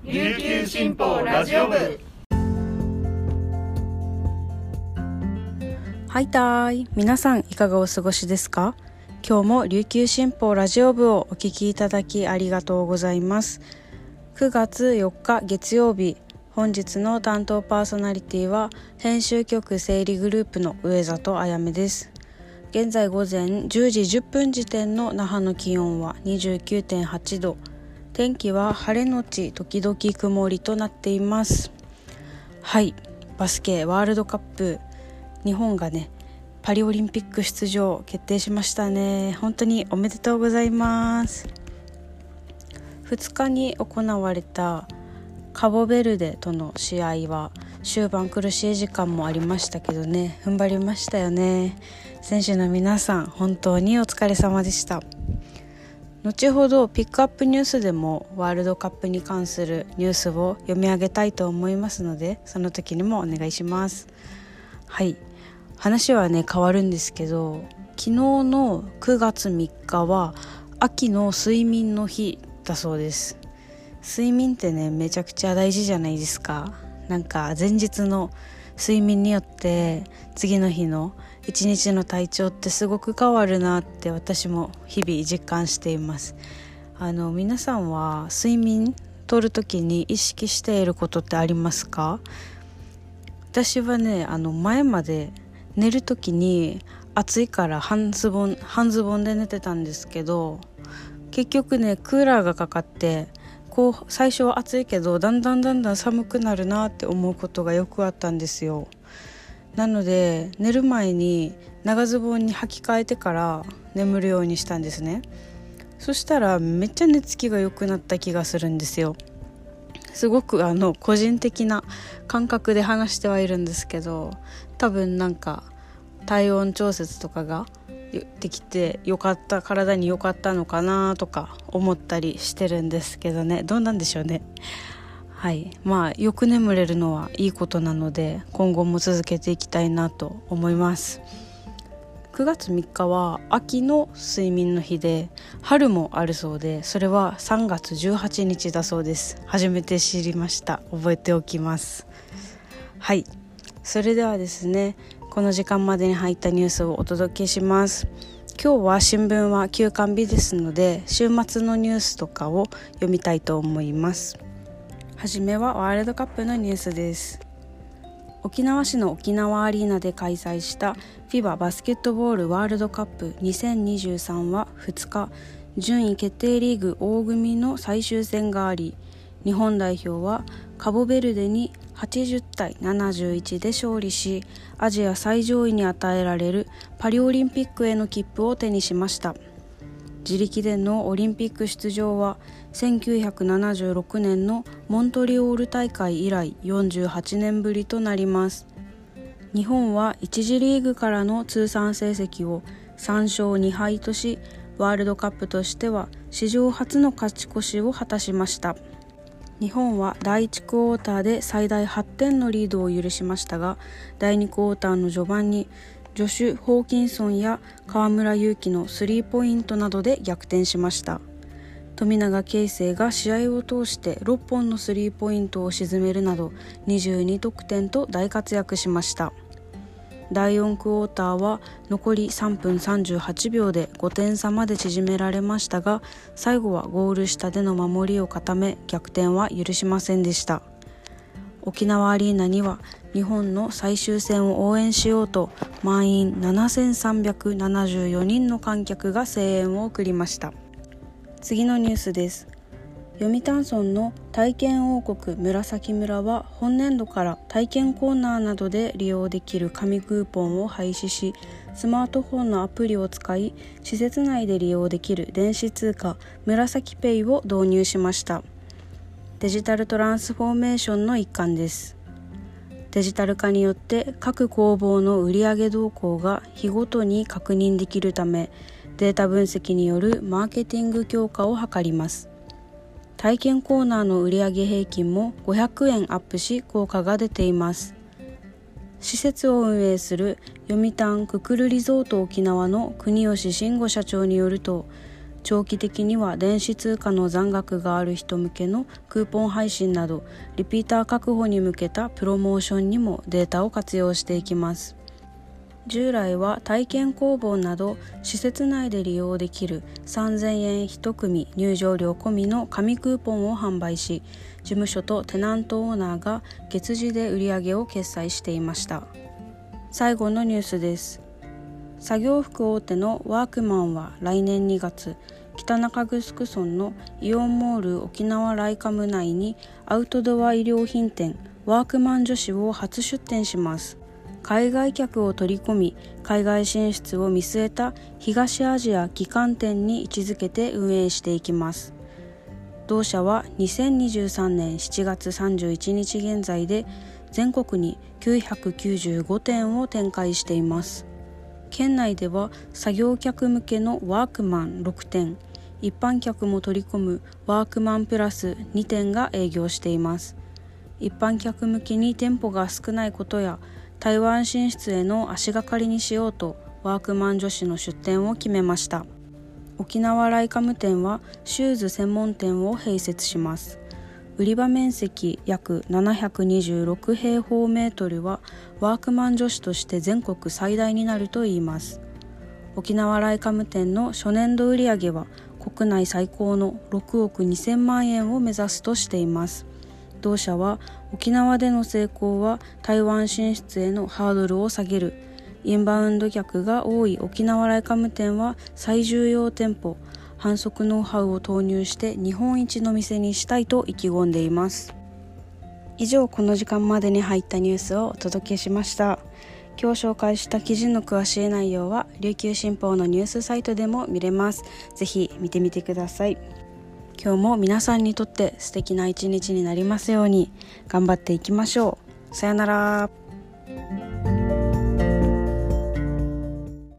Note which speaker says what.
Speaker 1: 琉球新報ラジオ部。
Speaker 2: はいたーい、皆さんいかがお過ごしですか？今日も琉球新報ラジオ部をお聞きいただきありがとうございます。9月4日月曜日、本日の担当パーソナリティは編集局整理グループの上里あやめです。現在午前10時10分時点の那覇の気温は 29.8 度、天気は晴れのち時々曇りとなっています。はい、バスケワールドカップ、日本がねパリオリンピック出場決定しましたね。本当におめでとうございます。2日に行われたカボベルデとの試合は終盤苦しい時間もありましたけどね、踏ん張りましたよね。選手の皆さん本当にお疲れ様でした。後ほどピックアップニュースでもワールドカップに関するニュースを読み上げたいと思いますので、その時にもお願いします。はい、話はね変わるんですけど、昨日の9月3日は秋の睡眠の日だそうです。睡眠ってねめちゃくちゃ大事じゃないですか。なんか前日の睡眠によって次の日の一日の体調ってすごく変わるなって私も日々実感しています。皆さんは睡眠とるときに意識していることってありますか？私はね前まで寝るときに暑いから半ズボンで寝てたんですけど、結局ねクーラーがかかって最初は暑いけどだんだん寒くなるなって思うことがよくあったんですよ。なので寝る前に長ズボンに履き替えてから眠るようにしたんですね。そしたらめっちゃ寝つきが良くなった気がするんですよ。すごく個人的な感覚で話してはいるんですけど、多分なんか体温調節とかができてよかった、体に良かったのかなとか思ったりしてるんですけどね、どうなんでしょうね。はい、よく眠れるのはいいことなので今後も続けていきたいなと思います。9月3日は秋の睡眠の日で、春もあるそうで、それは3月18日だそうです。初めて知りました。覚えておきます。はい、それではですね、この時間までに入ったニュースをお届けします。今日は新聞は休刊日ですので、週末のニュースとかを読みたいと思います。はじめはワールドカップのニュースです。沖縄市の沖縄アリーナで開催したFIBA バスケットボールワールドカップ2023は2日、順位決定リーグ O 組の最終戦があり、日本代表はカボベルデに80対71で勝利し、アジア最上位に与えられるパリオリンピックへの切符を手にしました。自力でのオリンピック出場は1976年のモントリオール大会以来48年ぶりとなります。日本は1次リーグからの通算成績を3勝2敗とし、ワールドカップとしては史上初の勝ち越しを果たしました。日本は第1クォーターで最大8点のリードを許しましたが、第2クォーターの序盤にジョシュ・ホーキンソンや河村勇輝のスリーポイントなどで逆転しました。富永啓生が試合を通して6本のスリーポイントを沈めるなど22得点と大活躍しました。第4クォーターは残り3分38秒で5点差まで縮められましたが、最後はゴール下での守りを固め逆転は許しませんでした。沖縄アリーナには日本の最終戦を応援しようと満員7374人の観客が声援を送りました。次のニュースです。読谷村の体験王国紫村は本年度から体験コーナーなどで利用できる紙クーポンを廃止し、スマートフォンのアプリを使い施設内で利用できる電子通貨紫ペイを導入しました。デジタルトランスフォーメーションの一環です。デジタル化によって各工房の売上動向が日ごとに確認できるため、データ分析によるマーケティング強化を図ります。体験コーナーの売上平均も500円アップし効果が出ています。施設を運営する読谷ククルリゾート沖縄の国吉慎吾社長によると、 長期的には電子通貨の残額がある人向けのクーポン配信などリピーター確保に向けたプロモーションにもデータを活用していきます。従来は体験工房など施設内で利用できる3000円1組入場料込みの紙クーポンを販売し、事務所とテナントオーナーが月次で売り上げを決済していました。最後のニュースです。作業服大手のワークマンは来年2月、北中城村のイオンモール沖縄ライカム内にアウトドア衣料品店ワークマン女子を初出店します。海外客を取り込み、海外進出を見据えた東アジア旗艦店に位置づけて運営していきます。同社は2023年7月31日現在で全国に995店を展開しています。県内では作業客向けのワークマン6店、一般客も取り込むワークマンプラス2店が営業しています。一般客向けに店舗が少ないことや台湾進出への足がかりにしようとワークマン女子の出店を決めました。沖縄ライカム店はシューズ専門店を併設します。売り場面積約726平方メートルはワークマン女子として全国最大になるといいます。沖縄ライカム店の初年度売上は国内最高の6億2000万円を目指すとしています。同社は沖縄での成功は台湾進出へのハードルを下げる、インバウンド客が多い沖縄ライカム店は最重要店舗、販促ノウハウを投入して日本一の店にしたいと意気込んでいます。以上、この時間までに入ったニュースをお届けしました。今日紹介した記事の詳しい内容は琉球新報のニュースサイトでも見れます。ぜひ見てみてください。今日も皆さんにとって素敵な一日になりますように頑張っていきましょう。さよなら。